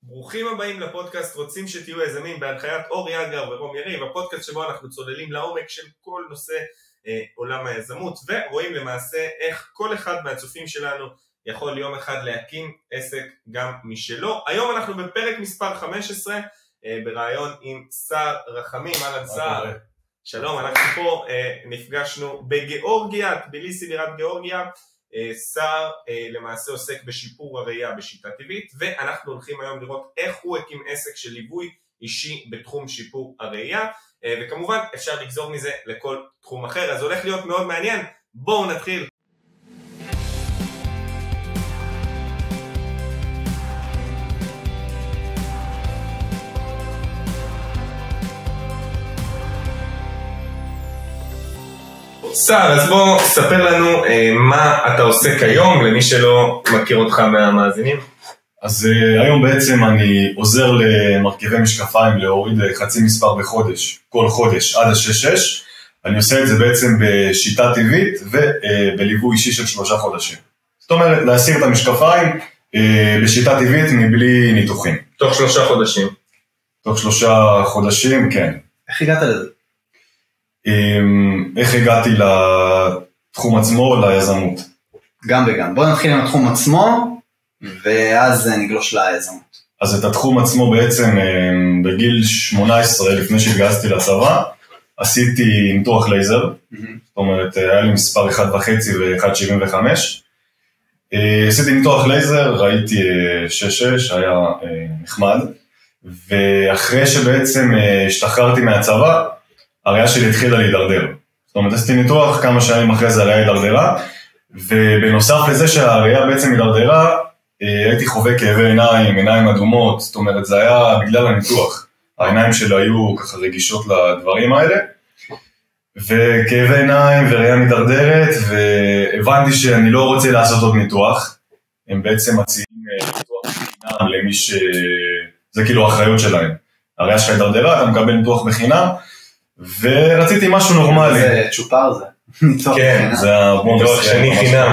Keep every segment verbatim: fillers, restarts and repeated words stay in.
ברוכים הבאים לפודקאסט רוצים שתהיו יזמים בהנחיית אור יגר ורום יריב, הפודקאסט שבו אנחנו צוללים לעומק של כל נושא אה, עולם היזמות, ורואים למעשה איך כל אחד מהצופים שלנו יכול יום אחד להקים עסק גם משלו. היום אנחנו בפרק מספר חמש עשרה, אה, ברעיון עם סער רחמים. אהלן סער. שלום, אנחנו פה אה, נפגשנו בגיאורגיה, טביליסי בירת גיאורגיה. סער למעשה עוסק בשיפור הראייה בשיטה טבעית, ואנחנו הולכים היום לראות איך הוא הקים עסק של ליווי אישי בתחום שיפור הראייה, וכמובן אפשר לגזור מזה לכל תחום אחר, אז הולך להיות מאוד מעניין. בואו נתחיל. סער, אז בוא ספר לנו אה, מה אתה עושה כיום, למי שלא מכיר אותך מהמאזינים. אז אה, היום בעצם אני עוזר למרכיבי משקפיים להוריד חצי מספר בחודש, כל חודש עד ה-שש שש. אני עושה את זה בעצם בשיטה טבעית ובליווי אישי של שלושה חודשים. זאת אומרת, להסיר את המשקפיים אה, בשיטה טבעית מבלי ניתוחים. תוך שלושה חודשים. תוך שלושה חודשים, כן. איך הגעת לזה? איך הגעתי לתחום עצמו, ליזמות? גם וגם. בואו נתחיל עם התחום עצמו, ואז נגלוש ליזמות. אז את התחום עצמו בעצם בגיל שמונה עשרה, לפני שהתגייסתי לצבא, עשיתי ניתוח לייזר. זאת אומרת, היה לי מספר אחד וחצי ו-אחד שבעים וחמש. עשיתי ניתוח לייזר, ראיתי שש שש, היה נחמד. ואחרי שבעצם השתחררתי מהצבא, הראייה שלי התחילה להידרדר. זאת אומרת, עשיתי ניתוח, כמה שנים אחרי זה הראייה הידרדרה, ובנוסף לזה שהראייה בעצם הידרדרה, הייתי חווה כאבי עיניים, עיניים אדומות, זאת אומרת, זה היה בגלל הניתוח. העיניים שלי היו ככה רגישות לדברים האלה, וכאבי עיניים וראייה מידרדרת, והבנתי שאני לא רוצה לעשות עוד ניתוח. הם בעצם מציעים ניתוח בחינם למי ש... זה כאילו האחריות שלהם. הראייה שלך הידרדרה, אתה מקבל ניתוח בחינם, ורציתי משהו נורמלי. זה צ'ופר זה. כן, זה ניתוח שני חינם.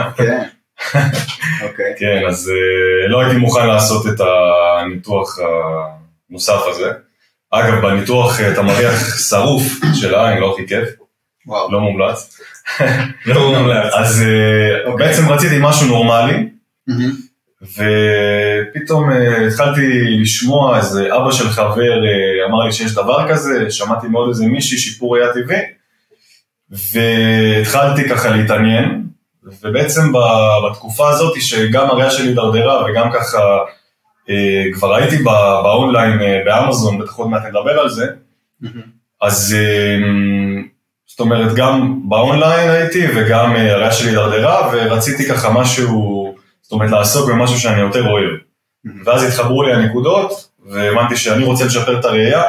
כן, אז לא הייתי מוכן לעשות את הניתוח הנוסף הזה. אגב, בניתוח אתה מריח שרוף של העין, לא הכי כיף. לא מומלץ. לא מומלץ. אז בעצם רציתי משהו נורמלי, ופתאום התחלתי לשמוע איזה אבא של חבר אמר לי שיש דבר כזה, שמעתי מאוד איזה מישהי שיפור ראייה טבעי, והתחלתי ככה להתעניין, ובעצם בתקופה הזאת שגם הראייה שלי דרדרה, וגם ככה כבר הייתי באונליין באמזון, בטח עוד מעט נדבר על זה, אז זאת אומרת גם באונליין הייתי, וגם הראייה שלי דרדרה, ורציתי ככה משהו, זאת אומרת, לעסוק במשהו שאני יותר אוהב. ואז התחברו לי הנקודות, והבנתי שאני רוצה לשפר את הראייה,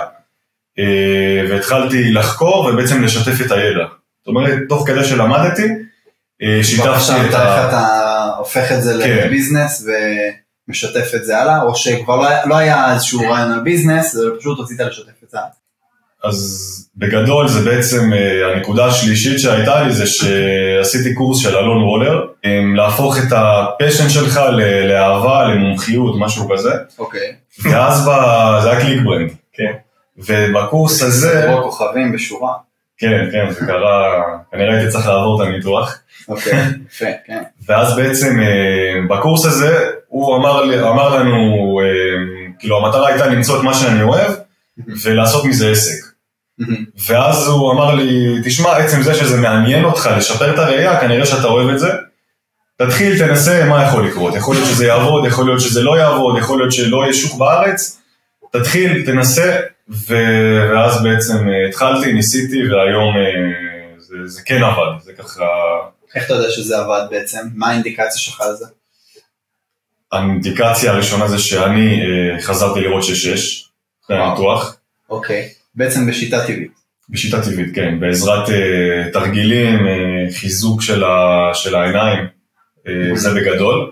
והתחלתי לחקור ובעצם לשתף את הידע. זאת אומרת, תוך כדי שלמדתי, שיתפתי את ה... איך אתה הופך את זה לביזנס ומשתף את זה הלאה, או שכבר לא היה איזשהו רעיון על ביזנס, זה פשוט רצית לשתף את זה הלאה. אז בגדול זה בעצם הנקודה השלישית שהייתה לי, זה שעשיתי קורס של אלון וולר, להפוך את הפשן שלך לאהבה, למומחיות, משהו כזה. אוקיי. ואז זה היה קליק ברנד. כן. ובקורס הזה... זה קרוא כוכבים בשורה. כן, כן, זה קרה, כנראה הייתי צריך לעבור את הניתוח. אוקיי, יפה, כן. ואז בעצם בקורס הזה, הוא אמר לנו, כאילו המטרה הייתה למצוא את מה שאני אוהב, ולעשות מזה עסק. ואז הוא אמר לי, תשמע, עצם זה שזה מעניין אותך לשפר את הראייה, כנראה שאתה אוהב את זה, תתחיל, תנסה מה יכול לקרות. יכול להיות שזה יעבוד, יכול להיות שזה לא יעבוד, יכול להיות שלא יהיה שוק בארץ, תתחיל, תנסה, ואז בעצם התחלתי, ניסיתי, והיום זה, זה כן עבד, זה ככה... איך אתה יודע שזה עבד בעצם? מה האינדיקציה שלך לזה? האינדיקציה הראשונה זה שאני חזרתי לראות שש שש, אחרי הניתוח. אוקיי, בעצם בשיטה טבעית. בשיטה טבעית, כן, בעזרת uh, תרגילים, uh, חיזוק של, ה, של העיניים, uh, זה בגדול.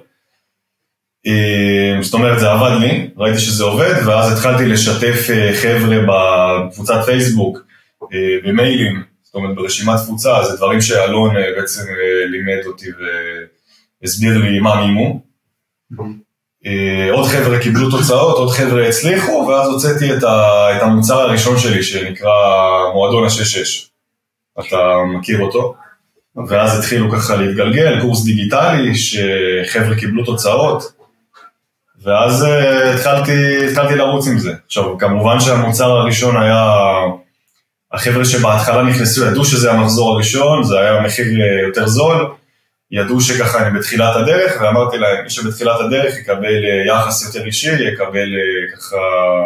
Uh, זאת אומרת, זה עבד לי, ראיתי שזה עובד, ואז התחלתי לשתף uh, חבר'ה בקבוצת פייסבוק, uh, במיילים, זאת אומרת, ברשימת תפוצה, זה דברים שאלון uh, בעצם uh, לימד אותי והסביר לי מה מימו. עוד חבר'ה קיבלו תוצאות, עוד חבר'ה הצליחו, ואז הוצאתי את, ה, את המוצר הראשון שלי, שנקרא מועדון ה-שש שש. אתה מכיר אותו? Okay. ואז התחילו ככה להתגלגל, קורס דיגיטלי, שחבר'ה קיבלו תוצאות, ואז uh, התחלתי, התחלתי לרוץ עם זה. עכשיו, כמובן שהמוצר הראשון היה, החבר'ה שבהתחלה נכנסו, ידעו שזה המחזור הראשון, זה היה מחיר יותר זול, ידעו שככה אני בתחילת הדרך, ואמרתי להם, מי שבתחילת הדרך יקבל יחס יותר אישי, יקבל ככה,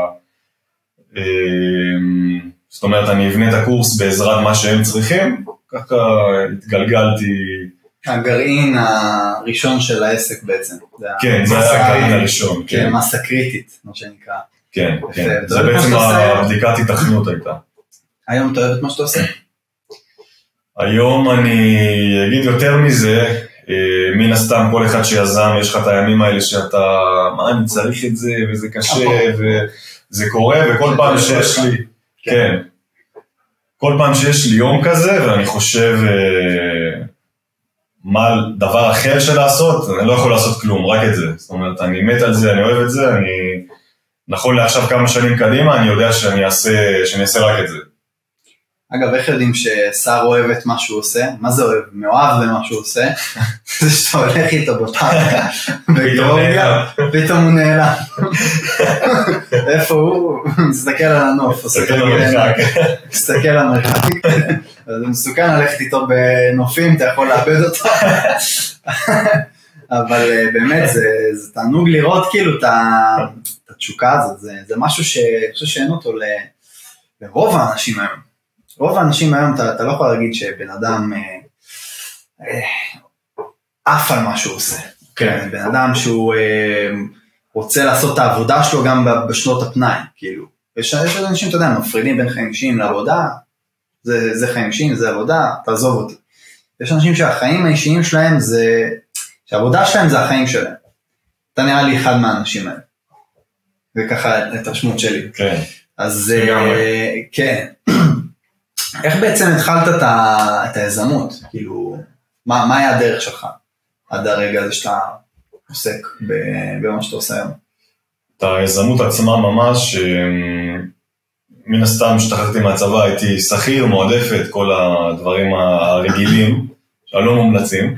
זאת אומרת, אני אבנה את הקורס בעזרת מה שהם צריכים, ככה התגלגלתי. הגרעין הראשון של העסק בעצם. כן, זה היה הגרעין הראשון. כן, מסה קריטית, מה שנקרא. כן, כן, זה בעצם הבדיקת התכנות הייתה. היום אתה אוהב את מה שאתה עושה? היום אני אגיד יותר מזה, מן הסתם כל אחד שיזם, יש לך את הימים האלה שאתה, מה אני צריך את זה, וזה קשה, וזה קורה, וכל פעם שיש לי, כן, כל פעם שיש לי יום כזה, ואני חושב מה דבר אחר של לעשות, אני לא יכול לעשות כלום, רק את זה, זאת אומרת, אני מת על זה, אני אוהב את זה, אני, נכון לעכשיו כמה שנים קדימה, אני יודע שאני אעשה, שאני אעשה רק את זה. אגב, איך יודעים ששר אוהב את מה שהוא עושה? מה זה אוהב? מאוהב במה שהוא עושה? זה שאתה הולך איתו בפארק, פתאום הוא נעלם. איפה הוא? מסתכל על הנוף. מסתכל על המרחק. מסתכל על המרחק. זה מסוכן ללכת איתו בנופים, אתה יכול לאבד אותו. אבל באמת, זה תענוג לראות כאילו את התשוקה הזאת. זה משהו שאני חושב שאין אותו לרוב האנשים היום. רוב האנשים היום, אתה, אתה לא יכול להגיד שבן אדם אה, אה, אף על מה שהוא עושה. כן. בן אדם שהוא אה, רוצה לעשות את העבודה שלו גם בשנות הפנאי, כאילו. יש, יש אנשים, אתה יודע, מפרידים בין חיים אישיים לעבודה, זה, זה חיים אישיים, זה עבודה, תעזוב אותי. יש אנשים שהחיים האישיים שלהם זה, שהעבודה שלהם זה החיים שלהם. אתה נראה לי אחד מהאנשים האלה. וככה את השמות שלי. כן. אז אה, כן. איך בעצם התחלת את היזמות? כאילו, מה, מה היה הדרך שלך עד הרגע הזה שאתה עוסק במה שאתה עושה היום? את היזמות עצמה ממש, מן הסתם שתחלתי מהצבא, הייתי שכיר, מועדפת, כל הדברים הרגילים, שלא מומלצים.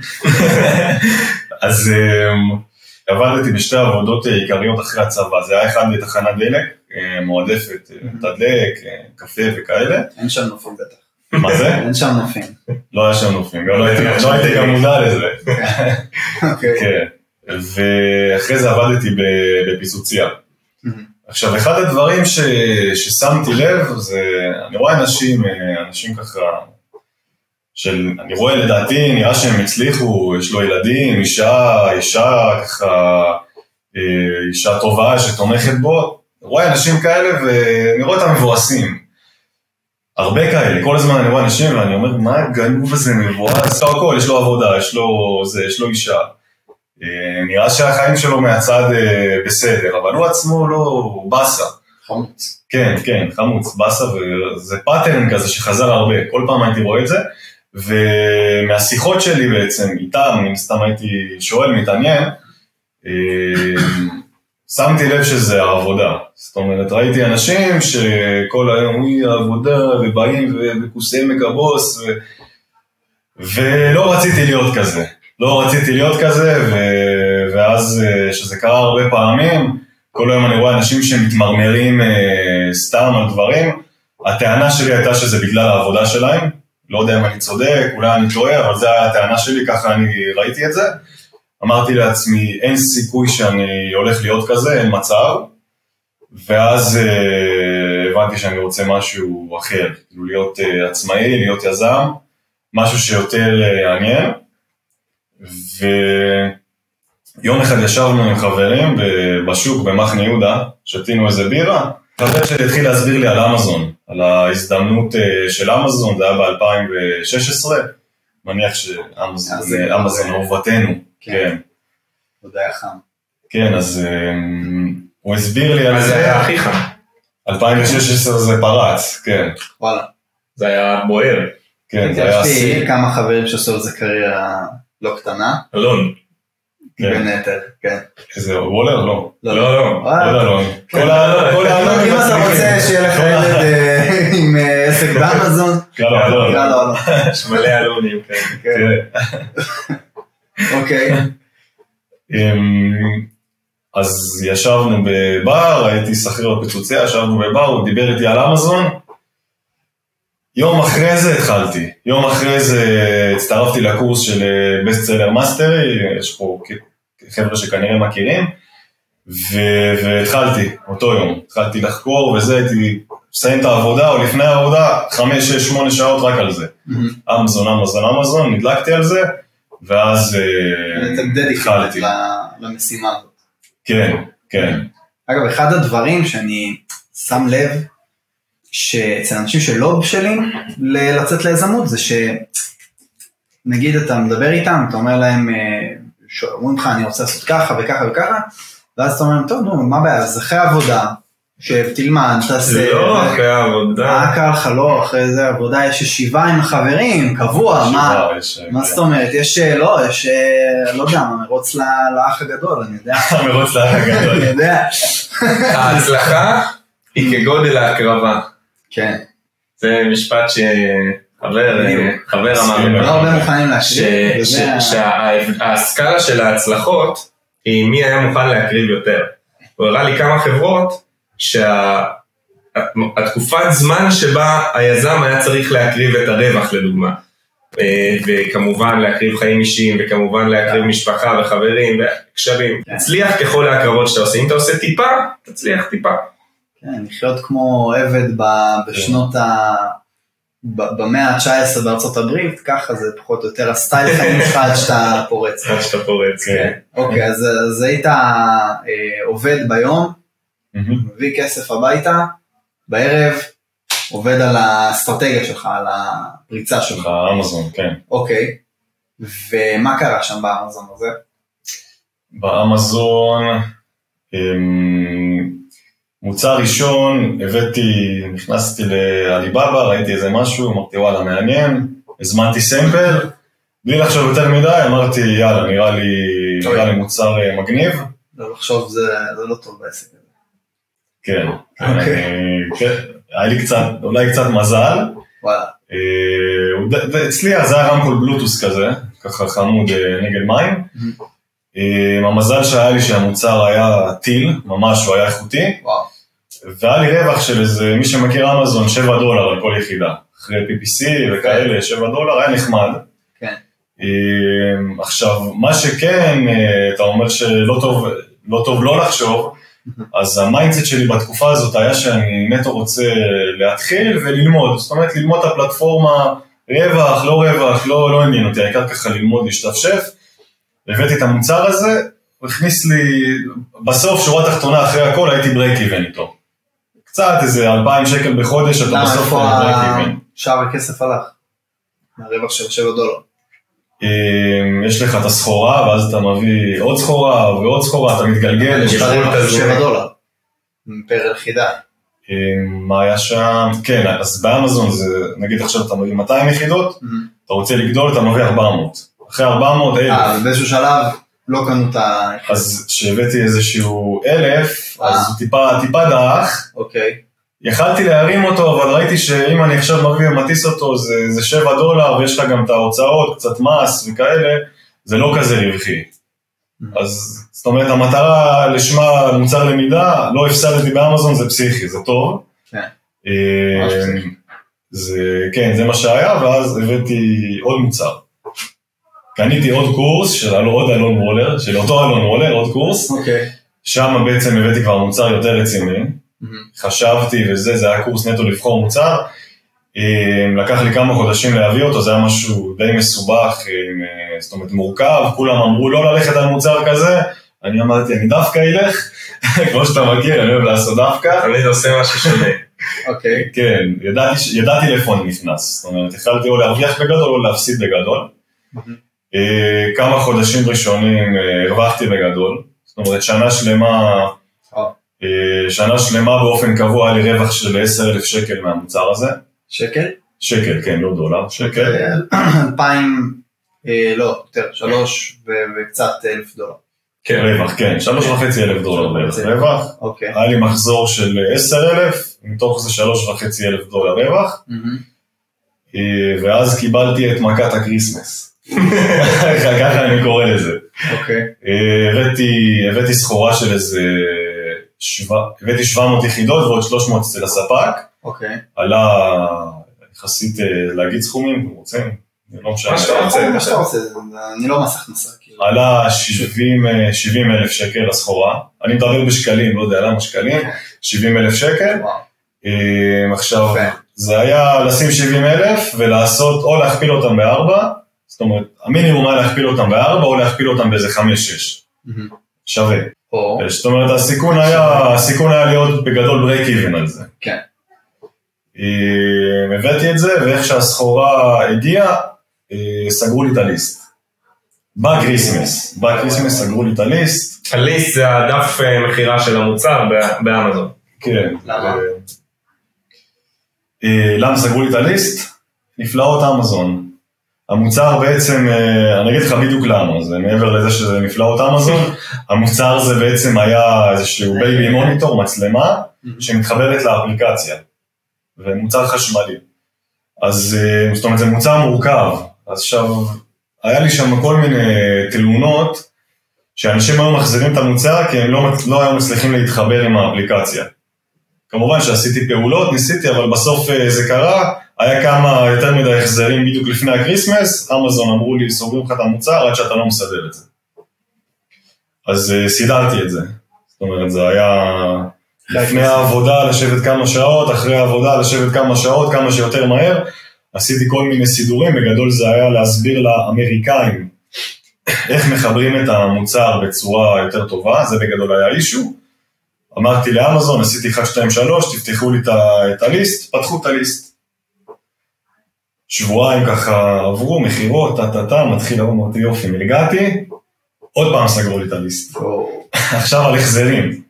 אז עבדתי בשתי עבודות עיקריות אחרי הצבא, זה היה אחד בתחנת דלק, מועדפת, תדלק, קפה וכאלה. אין שם נופים בטח. מה זה? אין שם נופים. לא היה שם נופים, לא הייתי גם מודע לזה. כן. ואחרי זה עבדתי בפיצוציה. עכשיו, אחד הדברים ששמתי לב, זה, אני רואה אנשים, אנשים ככה, אני רואה לדעתי, נראה שהם הצליחו, יש לו ילדים, אישה, אישה ככה, אישה טובה שתומכת בו, רואה אנשים כאלה ואני רואה אותם מבואסים. הרבה כאלה, כל הזמן אני רואה אנשים ואני אומר, מה הגנוב הזה מבואס? לא הכל, יש לו עבודה, יש לו, זה, יש לו אישה. נראה שהחיים שלו מהצד בסדר, אבל הוא עצמו לא, הוא בסה. חמוץ. כן, כן, חמוץ, בסה, וזה פאטרן כזה שחזר הרבה, כל פעם הייתי רואה את זה, ומהשיחות שלי בעצם איתם, מן סתם הייתי שואל, מתעניין, שמתי לב שזה העבודה, זאת אומרת, ראיתי אנשים שכל היום היא העבודה, ובאים וכוסי מקבוס, ו... ולא רציתי להיות כזה, לא רציתי להיות כזה, ו... ואז שזה קרה הרבה פעמים, כל היום אני רואה אנשים שמתמרמרים סתם על דברים, הטענה שלי הייתה שזה בגלל העבודה שלהם, לא יודע אם אני צודק, אולי אני טועה, אבל זה היה הטענה שלי, ככה אני ראיתי את זה, אמרתי לעצמי, אין סיכוי שאני הולך להיות כזה, אין מצב, ואז אה, הבנתי שאני רוצה משהו אחר, כאילו להיות אה, עצמאי, להיות יזם, משהו שיותר אה, עניין, ויום אחד ישבנו עם חברים בשוק במחנה יהודה, שתינו איזה בירה, חבר שלי התחיל להסביר לי על אמזון, על ההזדמנות אה, של אמזון, זה היה ב-אלפיים ושש עשרה, מניח שאמזון זה אמזון אהובתנו. כן. עוד היה חם. כן, אז הוא הסביר לי על זה. זה היה הכי חם. אלפיים ושש עשרה זה פרץ, כן. וואלה. זה היה בוער. כן, זה היה עשי. יש לי כמה חברים שעשו על זה קריירה לא קטנה. אלון. בין היתר, כן. איזה וולר? לא. לא, לא. לא, לא. אם אתה רוצה שיהיה לך ילד עם עסק באמזון, לא, לא, לא. יש מלא אלונים, כן. אוקיי. אז ישבנו בבר, הייתי שכיר בפיצוציה, ישבנו בבר, הוא דיבר איתי על אמזון. יום אחרי זה התחלתי, יום אחרי זה הצטרפתי לקורס של בסט סלר מאסטרי, יש פה חבר'ה שכנראה מכירים, והתחלתי אותו יום, התחלתי לחקור וזה, הייתי מסיים את העבודה או לפני העבודה, חמש, שש, שמונה שעות רק על זה. אמזון, אמזון, אמזון, נדלקתי על זה, ואז התחלתי. למשימה הזאת. כן, כן. אגב, אחד הדברים שאני שם לב, שאצל אנשים שלא בשלים לצאת ליזמות, זה שנגיד אתה מדבר איתם, אתה אומר להם, אומרים לך אני רוצה לעשות ככה וככה וככה, ואז אתה אומר להם, טוב, נו, מה בעיה, אז אחרי עבודה, שתלמד, תעשה, לא אחרי העבודה, מה קרה לך, לא, אחרי זה עבודה, יש ישיבה עם החברים, קבוע, מה זאת אומרת, יש, לא, יש, לא יודע, מרוץ לאח הגדול, אני יודע. מרוץ לאח הגדול. אני יודע. ההצלחה היא כגודל ההקרבה. כן. זה משפט שחבר, חבר אמר, לא הרבה מוכנים להקריב. שההשכלה של ההצלחות היא מי היה מוכן להקריב יותר. הוא הראה לי כמה חברות שהתקופת זמן שבה היזם היה צריך להקריב את הרווח לדוגמה. וכמובן להקריב חיים אישיים, וכמובן להקריב משפחה וחברים וקשרים. תצליח ככל ההקרבות שאתה עושה. אם אתה עושה טיפה, תצליח טיפה. כן, לחיות כמו עבד בשנות ה... במאה ה-תשע עשרה בארצות הברית, ככה זה פחות או יותר הסטייל חיים שלך עד שאתה פורץ. עד שאתה פורץ, כן. אוקיי, אז היית עובד ביום, מביא כסף הביתה, בערב עובד על האסטרטגיה שלך, על הפריצה שלך. באמזון, כן. אוקיי, ומה קרה שם באמזון הזה? באמזון... מוצר ראשון, הבאתי, נכנסתי לאליבאבא, ראיתי איזה משהו, אמרתי וואלה מעניין, הזמנתי סמפל, בלי לחשוב יותר מדי, אמרתי יאללה, נראה לי, נראה לי מוצר מגניב. לא לחשוב, זה, זה לא טוב בעסק הזה. כן, כן, היה לי קצת, אולי קצת מזל. וואלה. אצלי זה היה רמקול בלוטוס כזה, ככה חמוד נגד מים. המזל שהיה לי שהמוצר היה טיל, ממש הוא היה איכותי, והיה לי רווח של איזה, מי שמכיר אמזון, שבע דולר על כל יחידה, אחרי פי פי סי וכאלה, שבע דולר, היה נחמד. עכשיו, מה שכן, אתה אומר שלא טוב, לא טוב לא לחשוב, אז המיינדסט שלי בתקופה הזאת היה שאני נטו רוצה להתחיל וללמוד, זאת אומרת ללמוד את הפלטפורמה, רווח, לא רווח, לא, לא עניין אותי, העיקר ככה ללמוד, להשתפשף, הבאתי את המוצר הזה, הוא הכניס לי, בסוף שורה תחתונה אחרי הכל הייתי ברייק איבן איתו. קצת איזה אלפיים שקל בחודש, אתה בסוף ברייק איבן. שער הכסף הלך, מהרווח של שבע דולר. יש לך את הסחורה, ואז אתה מביא עוד סחורה ועוד סחורה, אתה מתגלגל. יש לך רווח של שבע דולר, פר יחידה. מה היה שם? כן, אז באמזון זה, נגיד עכשיו אתה מביא מאתיים יחידות, אתה רוצה לגדול, אתה מביא ארבע מאות. אחרי ארבע מאות אלף. אה, באיזשהו שלב לא קנו את ה... אז שהבאתי איזשהו אלף, אז הוא טיפה, טיפה דרך. אוקיי. יכלתי להרים אותו, אבל ראיתי שאם אני עכשיו מביא ומטיס אותו, זה, זה שבע דולר, ויש לך גם את ההוצאות, קצת מס וכאלה, זה לא כזה רווחי. אז זאת אומרת, המטרה לשמה מוצר למידה, לא הפסדתי באמזון, זה פסיכי, זה טוב. כן. זה, כן, זה מה שהיה, ואז הבאתי עוד מוצר. קניתי עוד קורס של עוד אלון וולר, של אותו אלון וולר, עוד קורס. אוקיי. שם בעצם הבאתי כבר מוצר יותר רציני. חשבתי וזה, זה היה קורס נטו לבחור מוצר. לקח לי כמה חודשים להביא אותו, זה היה משהו די מסובך, זאת אומרת מורכב, כולם אמרו לא ללכת על מוצר כזה, אני אמרתי אני דווקא אלך, כמו שאתה מכיר, אני אוהב לעשות דווקא. אני עושה משהו שונה. אוקיי. כן, ידעתי לאיפה אני נכנס, זאת אומרת, התחלתי או להרוויח בגדול או להפסיד בגדול. כמה חודשים ראשונים הרווחתי בגדול, זאת אומרת שנה שלמה, שנה שלמה באופן קבוע היה לי רווח של עשרת אלפים שקל מהמוצר הזה. שקל? שקל, כן, לא דולר, שקל. אלפיים לא, יותר, שלוש וקצת אלף דולר. כן, רווח, כן, שלוש וחצי אלף דולר בערך רווח. היה לי מחזור של עשר אלף, מתוך זה שלוש וחצי אלף דולר רווח, ואז קיבלתי את מכת הקריסמס. ככה אני קורא לזה. הבאתי סחורה של איזה, הבאתי שבע מאות יחידות ועוד שלוש מאות אצל הספק. עלה, יחסית להגיד סכומים, אתם רוצים? מה שאתה רוצה, מה שאתה רוצה, אני לא מס הכנסה. עלה שבעים אלף שקל הסחורה, אני מדבר בשקלים, לא יודע למה שקלים, שבעים אלף שקל, עכשיו זה היה לשים שבעים אלף ולעשות או להכפיל אותם בארבע, זאת אומרת המינימום היה להכפיל אותם בארבע או להכפיל אותם באיזה חמש שש, שווה, זאת אומרת הסיכון היה, הסיכון היה להיות בגדול ברייק איבן על זה, הבאתי את זה ואיך שהסחורה הגיעה, סגרו לי את הליסט. בקריסמס, בקריסמס סגרו לי את הליסט. הליסט זה הדף מחירה של המוצר באמזון. כן. למה? למה סגרו לי את הליסט? נפלאות אמזון. המוצר בעצם, אני אגיד לך בדיוק למה, זה מעבר לזה שזה נפלאות אמזון, המוצר זה בעצם היה איזשהו בייבי מוניטור, מצלמה, שמתחברת לאפליקציה, ומוצר חשמלי. אז זאת אומרת, זה מוצר מורכב, אז עכשיו, היה לי שם כל מיני תלונות, שאנשים היו מחזירים את המוצר, כי הם לא, לא היו מצליחים להתחבר עם האפליקציה. כמובן שעשיתי פעולות, ניסיתי, אבל בסוף זה קרה, היה כמה יותר מדי החזרים בדיוק לפני הקריסמס, אמזון אמרו לי, סוגרים לך את המוצר, עד שאתה לא מסדר את זה. אז סידרתי את זה. זאת אומרת, זה היה לפני העבודה לשבת כמה שעות, אחרי העבודה לשבת כמה שעות, כמה שיותר מהר, עשיתי כל מיני סידורים, בגדול זה היה להסביר לאמריקאים איך מחברים את המוצר בצורה יותר טובה, זה בגדול היה אישו. אמרתי לאמזון, עשיתי אחת, שתיים, שלוש, תפתחו לי את הליסט, פתחו את הליסט. שבועיים ככה עברו, מחירות, טה-טה-טה, מתחיל, אמרתי יופי, מלגעתי, עוד פעם סגרו לי את הליסט. עכשיו על החזרים.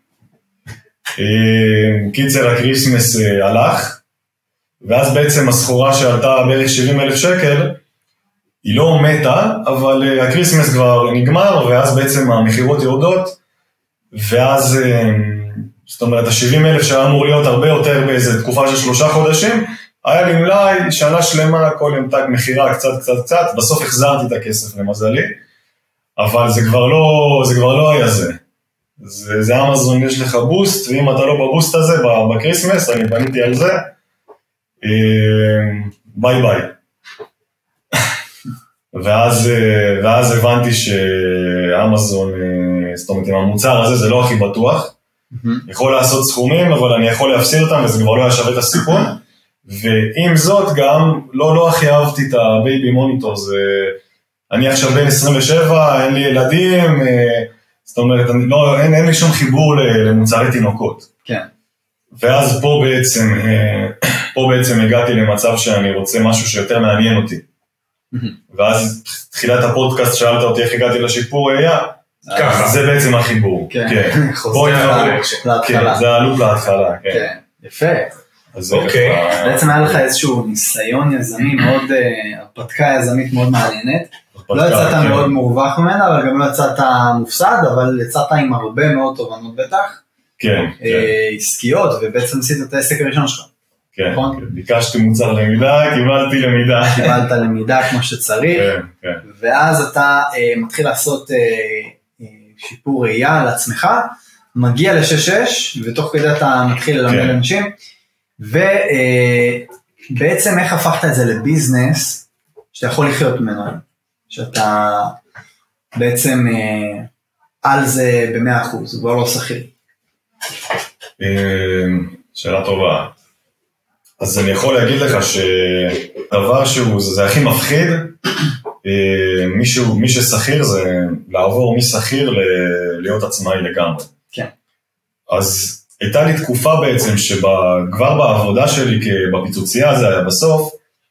קיצר הקריסמס הלך, ואז בעצם הסחורה שעלתה בערך שבעים אלף שקל, היא לא מתה, אבל הקריסמס כבר נגמר, ואז בעצם המחירות יורדות, ואז, זאת אומרת, ה-שבעים אלף שהיה אמור להיות הרבה יותר באיזו תקופה של שלושה חודשים, היה לי אולי שנה שלמה, כל יום תג מחירה קצת קצת קצת, בסוף החזרתי את הכסף למזלי, אבל זה כבר לא, זה כבר לא היה זה. זה, זה אמזון, יש לך בוסט, ואם אתה לא בבוסט הזה, בקריסמס, אני פניתי על זה, ביי ביי. ואז, ואז הבנתי שאמזון, זאת אומרת, עם המוצר הזה זה לא הכי בטוח, יכול לעשות סכומים, אבל אני יכול להפסיד אותם, וזה כבר לא ישווה את הסיכון, ועם זאת גם, לא, לא הכי אהבתי את הבייבי מוניטור, זה, אני עכשיו בן עשרים ושבע, אין לי ילדים, זאת אומרת, אני לא, אין, אין לי שום חיבור למוצרי תינוקות. כן. ואז פה בעצם, פה בעצם הגעתי למצב שאני רוצה משהו שיותר מעניין אותי. ואז תחילת הפודקאסט שאלת אותי איך הגעתי לשיפור ראייה, ככה, זה בעצם החיבור. כן, זה העלות להתחלה. כן, יפה. בעצם היה לך איזשהו ניסיון יזמי מאוד, הרפתקה יזמית מאוד מעניינת. לא יצאת מאוד מורווח ממנה, אבל גם לא יצאת מופסד, אבל יצאת עם הרבה מאוד תובנות בטח. כן. עסקיות, ובעצם עשית את העסק הראשון שלך. כן, ביקשתי מוצר למידה, קיבלתי למידה. קיבלת למידה כמו שצריך, ואז אתה מתחיל לעשות שיפור ראייה לעצמך, מגיע ל-שש שש, ותוך כדי אתה מתחיל ללמד אנשים, ובעצם איך הפכת את זה לביזנס, שאתה יכול לחיות ממנו, שאתה בעצם על זה ב-מאה אחוז, הוא כבר לא שכיר. שאלה טובה. אז אני יכול להגיד לך שדבר שהוא, זה הכי מפחיד, מישהו, מי ששכיר זה לעבור משכיר להיות עצמאי לגמרי. כן. אז הייתה לי תקופה בעצם שכבר בעבודה שלי, בפיצוצייה זה היה בסוף,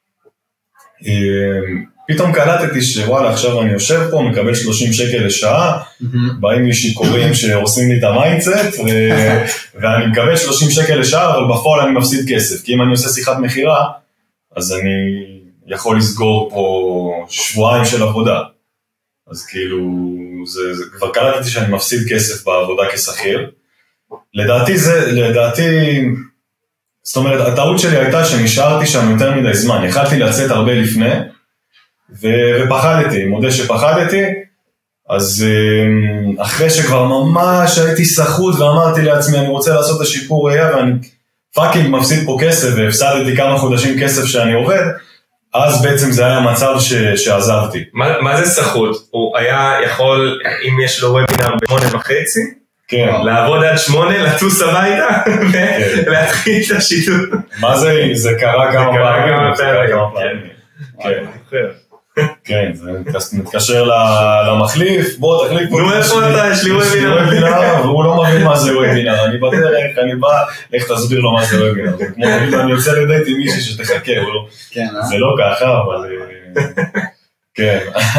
פתאום קלטתי שוואלה, עכשיו אני יושב פה, מקבל שלושים שקל לשעה, באים לי שיקורים שעושים לי את המיינדסט, ואני מקבל שלושים שקל לשעה, אבל בפועל אני מפסיד כסף, כי אם אני עושה שיחת מחירה, אז אני יכול לסגור פה שבועיים של עבודה. אז כאילו, זה, זה, כבר קלטתי שאני מפסיד כסף בעבודה כשכיר. לדעתי זה, לדעתי, זאת אומרת, הטעות שלי הייתה שנשארתי שם יותר מדי זמן. יכלתי לצאת הרבה לפני, ו- ופחדתי, מודה שפחדתי, אז אחרי שכבר ממש הייתי סחוט ואמרתי לעצמי, אני רוצה לעשות את השיפור ראייה, ואני פאקינג מפסיד פה כסף, והפסדתי כמה חודשים כסף שאני עובד, אז בעצם זה היה המצב ש- שעזבתי. מה, מה זה סחוט? הוא היה יכול, אם יש לו וובינר בשמונה וחצי, כן. לעבוד עד שמונה, לטוס הביתה, ולהתחיל את השיטור. מה זה? זה קרה גם פעמים. כן. כן, זה מתקשר למחליף, בוא תחליף. נו, איפה אתה? יש לי וובינר. והוא לא מבין מה זה וובינר, אני בדרך, אני בא, איך תסביר לו מה זה וובינר. זה כמו, אני יוצא לדייט עם מישהי שתחכה, זה לא ככה, אבל כן.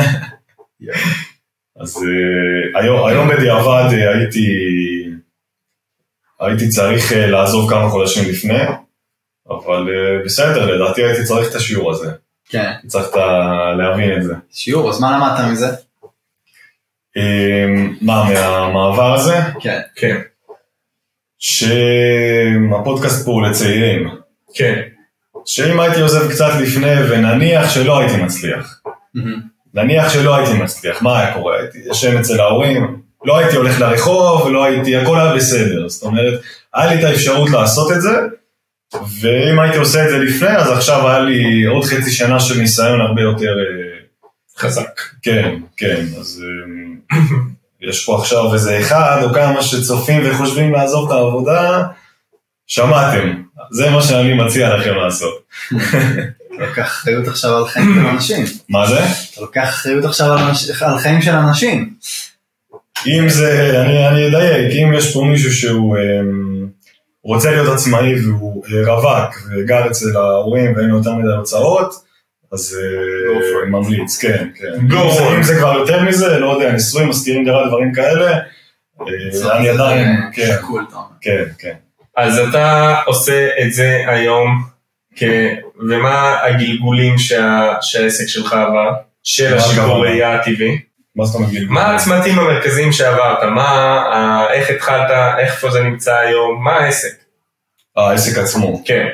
אז היום בדיעבד הייתי צריך לעזוב כמה חודשים לפני, אבל בסדר, לדעתי הייתי צריך את השיעור הזה. כן. צריך להבין את זה. שיעור, אז מה למדת מזה? מה, מהמעבר הזה? כן. כן. שהפודקאסט פה הוא לצעירים. כן. שאם הייתי עוזב קצת לפני ונניח שלא הייתי מצליח. נניח שלא הייתי מצליח, מה היה קורה? הייתי ישן אצל ההורים, לא הייתי הולך לרחוב, לא הייתי, הכל היה בסדר. זאת אומרת, היה לי את האפשרות לעשות את זה, ואם הייתי עושה את זה לפני, אז עכשיו היה לי עוד חצי שנה של ניסיון הרבה יותר חזק. כן, כן, אז יש פה עכשיו איזה אחד או כמה שצופים וחושבים לעזוב את העבודה, שמעתם, זה מה שאני מציע לכם לעשות. אתה לוקח אחריות עכשיו על חיים של אנשים. מה זה? אתה לוקח אחריות עכשיו על חיים של אנשים. אם זה, אני, אני אדייק, אם יש פה מישהו שהוא הוא רוצה להיות עצמאי והוא רווק וגר אצל ההורים ואין לו יותר מדי הוצאות, אז ממליץ, כן, כן. אם זה כבר יותר מזה, לא יודע, ניסויים, מסתירים דירה, דברים כאלה, אני עדיין, כן, כן, כן. אז אתה עושה את זה היום, ומה הגלגולים שהעסק שלך עבר, של השיפור ראייה הטבעי? מה זאת אומרת גלגולים? מה הצמתים המרכזיים שעברת? מה, איך התחלת, איפה זה נמצא היום, מה העסק? העסק עצמו. כן.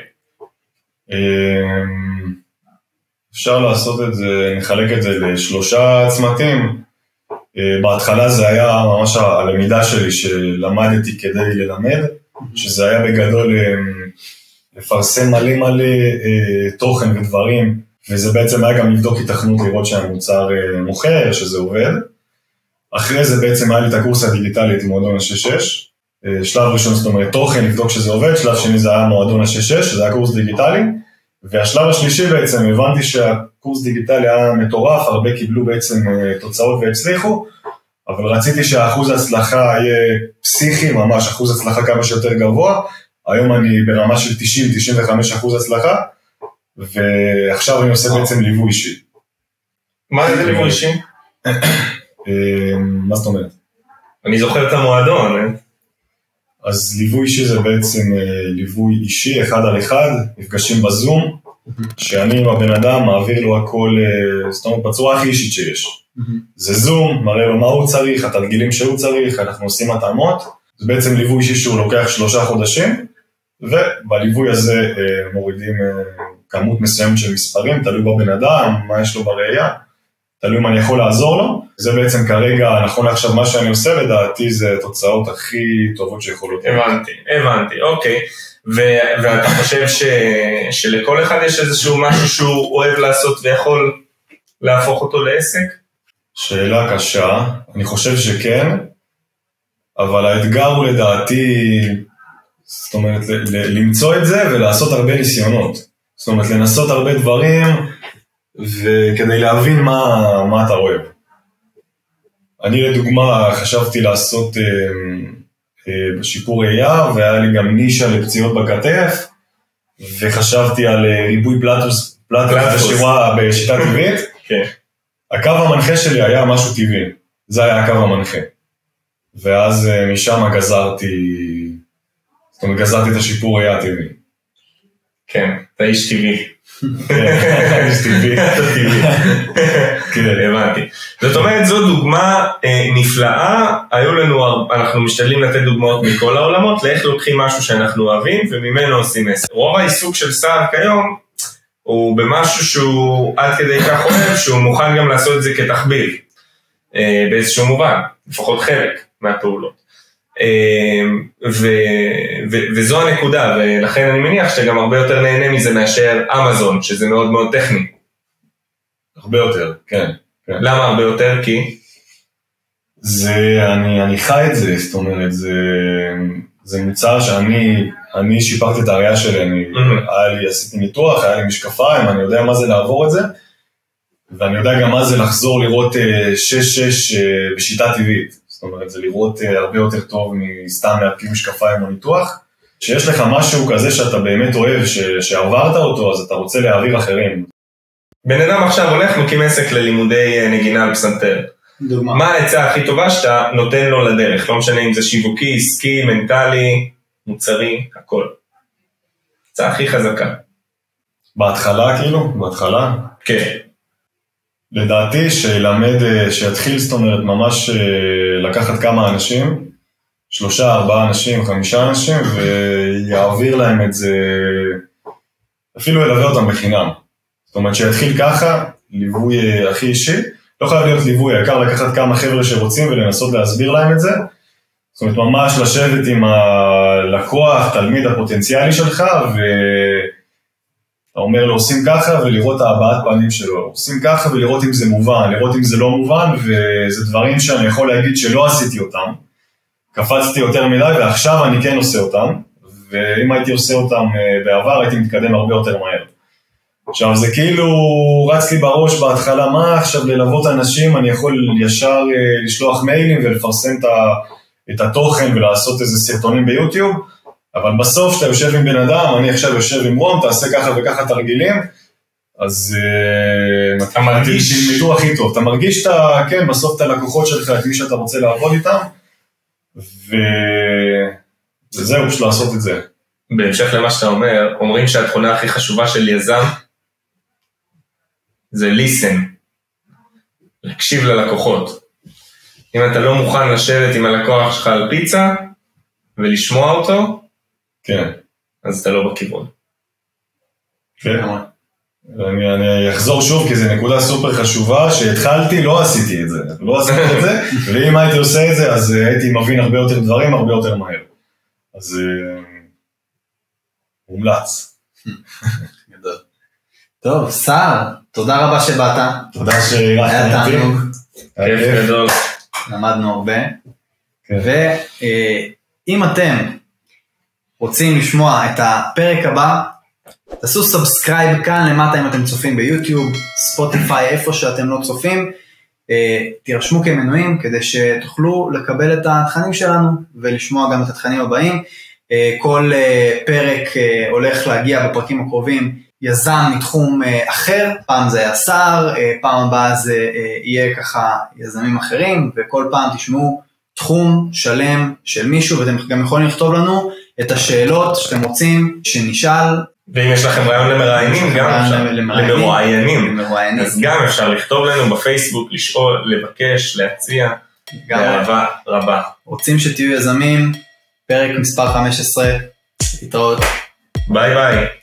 אפשר לעשות את זה, נחלק את זה לשלושה צמתים. בהתחלה זה היה ממש הלמידה שלי שלמדתי כדי ללמד, שזה היה בגדול לפרסם מלא מלא תוכן ודברים, וזה בעצם היה גם לבדוק התכנות לראות שהמוצר מוכר, שזה עובד. אחרי זה בעצם היה לי את הקורס הדיגיטלי, את מועדון ה-שש שש. שלב ראשון, זאת אומרת, תוכן, לבדוק שזה עובד, שלב שני זה היה מועדון ה-שש שש, שזה היה קורס דיגיטלי, והשלב השלישי בעצם, הבנתי שהקורס דיגיטלי היה מטורף, הרבה קיבלו בעצם תוצאות והצליחו, אבל רציתי שהאחוז ההצלחה יהיה פסיכי, ממש אחוז הצלחה כמה שיותר גבוה, היום אני ברמה של תשעים עד תשעים וחמישה אחוז הצלחה, ועכשיו אני עושה בעצם ליווי אישי. מה זה ליווי אישי? מה זאת אומרת? אני זוכר את המועדון, אה? אז ליווי אישי זה בעצם ליווי אישי, אחד על אחד, נפגשים בזום, שאני עם הבן אדם מעביר לו הכל, זאת אומרת, בצורה הכי אישית שיש. זה זום, מראה לו מה הוא צריך, התרגילים שהוא צריך, אנחנו עושים התאמות, זה בעצם ליווי אישי שהוא לוקח שלושה חודשים, ובליווי הזה מורידים כמות מסוימת של מספרים, תלוי בבן אדם, מה יש לו בראייה, תלוי מה אני יכול לעזור לו, זה בעצם כרגע, נכון עכשיו מה שאני עושה לדעתי, זה תוצאות הכי טובות שיכולות. הבנתי, הבנתי, אוקיי, ואתה חושב שלכל אחד יש איזשהו משהו שהוא אוהב לעשות ויכול להפוך אותו לעסק? שאלה קשה, אני חושב שכן, אבל האתגר הוא לדעתי, זאת אומרת, למצוא את זה ולעשות הרבה ניסיונות, זאת אומרת, לנסות הרבה דברים, וכדי להבין מה, מה אתה אוהב. אני לדוגמה חשבתי לעשות אה, אה, שיפור ראייה, והיה לי גם נישה לפציעות בכתף, וחשבתי על ריבוי פלטוס, פלטוס ושירה בשיטה טבעית. כן. הקו המנחה שלי היה משהו טבעי, זה היה הקו המנחה. ואז אה, משם גזרתי, זאת אומרת, גזרתי את השיפור ראייה הטבעי. כן, אתה איש טבעי. איש טבעי. אתה טבעי. כן, הבנתי. זאת אומרת, זו דוגמה נפלאה, היו לנו, אנחנו משתדלים לתת דוגמאות מכל העולמות, לאיך לוקחים משהו שאנחנו אוהבים, וממנו עושים עסק. רוב העיסוק של סער כיום, הוא במשהו שהוא עד כדי כך אוהב, שהוא מוכן גם לעשות את זה כתחביב, באיזשהו מובן, לפחות חלק מהפעולות. ו, ו, וזו הנקודה, ולכן אני מניח שאתה גם הרבה יותר נהנה מזה מאשר אמזון, שזה מאוד מאוד טכני. הרבה יותר, כן. כן. למה הרבה יותר? כי? זה, אני, אני חי את זה, זאת אומרת, זה, זה מוצר שאני, אני שיפרתי את הראייה שלי, אני, mm-hmm. היה לי, עשיתי ניתוח, היה לי משקפיים, אני יודע מה זה לעבור את זה, ואני יודע גם מה זה לחזור לראות שש שש בשיטה טבעית. זאת אומרת, זה לראות הרבה יותר טוב מסתם להרכיב משקפיים או ניתוח. שיש לך משהו כזה שאתה באמת אוהב, ש, שעברת אותו, אז אתה רוצה להעביר אחרים. בן אדם עכשיו הולך, מקים עסק ללימודי נגינה על פסנתר. דוגמה. מה העצה הכי טובה שאתה נותן לו לדרך? לא משנה אם זה שיווקי, עסקי, מנטלי, מוצרי, הכל. העצה הכי חזקה. בהתחלה כאילו? בהתחלה? כן. לדעתי שילמד, שיתחיל, זאת אומרת, ממש לקחת כמה אנשים, שלושה, ארבעה אנשים, חמישה אנשים, ויעביר להם את זה, אפילו ילווה אותם בחינם. זאת אומרת, שיתחיל ככה, ליווי הכי אישי, לא חייב להיות ליווי, העיקר לקחת כמה חבר'ה שרוצים ולנסות להסביר להם את זה, זאת אומרת, ממש לשבת עם הלקוח, תלמיד הפוטנציאלי שלך, ו... אתה אומר לו, עושים ככה ולראות ההבעת פנים שלו, עושים ככה ולראות אם זה מובן, לראות אם זה לא מובן, וזה דברים שאני יכול להגיד שלא עשיתי אותם, קפצתי יותר מדי ועכשיו אני כן עושה אותם, ואם הייתי עושה אותם בעבר הייתי מתקדם הרבה יותר מהר. עכשיו זה כאילו רץ לי בראש בהתחלה, מה עכשיו ללוות אנשים, אני יכול ישר לשלוח מיילים ולפרסם את התוכן ולעשות איזה סרטונים ביוטיוב, אבל בסוף שאתה יושב עם בן אדם, אני עכשיו יושב עם רום, תעשה ככה וככה תרגילים, אז אתה מרגיש תלמדו הכי טוב, אתה מרגיש שאתה, כן, בסוף את הלקוחות שלך, את מי שאתה רוצה לעבוד איתם, וזהו, פשוט לעשות את זה. בהמשך למה שאתה אומר, אומרים שהתכונה הכי חשובה של יזם, זה listen, להקשיב ללקוחות. אם אתה לא מוכן לשבת עם הלקוח שלך על פיצה, ולשמוע אותו, כן. אז אתה לא בכיוון. כן. אני, אני אחזור שוב, כי זו נקודה סופר חשובה, שהתחלתי, לא עשיתי את זה. לא עשיתי את זה, ואם הייתי עושה את זה, אז הייתי מבין הרבה יותר דברים, הרבה יותר מהר. אז מומלץ. גדול. טוב, סער, תודה רבה שבאת. תודה שהירחת. היה תענוג. כיף גדול. למדנו הרבה. ואם אתם רוצים לשמוע את הפרק הבא, תעשו סאבסקרייב כאן למטה אם אתם צופים ביוטיוב, ספוטיפיי, איפה שאתם לא צופים, תירשמו כמנויים כדי שתוכלו לקבל את התכנים שלנו ולשמוע גם את התכנים הבאים. כל פרק הולך להגיע בפרקים הקרובים יזם מתחום אחר, פעם זה היה סער, פעם הבאה זה יהיה ככה יזמים אחרים, וכל פעם תשמעו תחום שלם של מישהו, ואתם גם יכולים לכתוב לנו את השאלות שאתם רוצים שנשאל. ואם יש לכם רעיון למראיינים, גם אפשר, למרואיינים, אז גם אפשר לכתוב לנו בפייסבוק, לשאול, לבקש, להציע, באהבה רבה. רוצים שתהיו יזמים, פרק מספר חמש עשרה, להתראות. ביי ביי.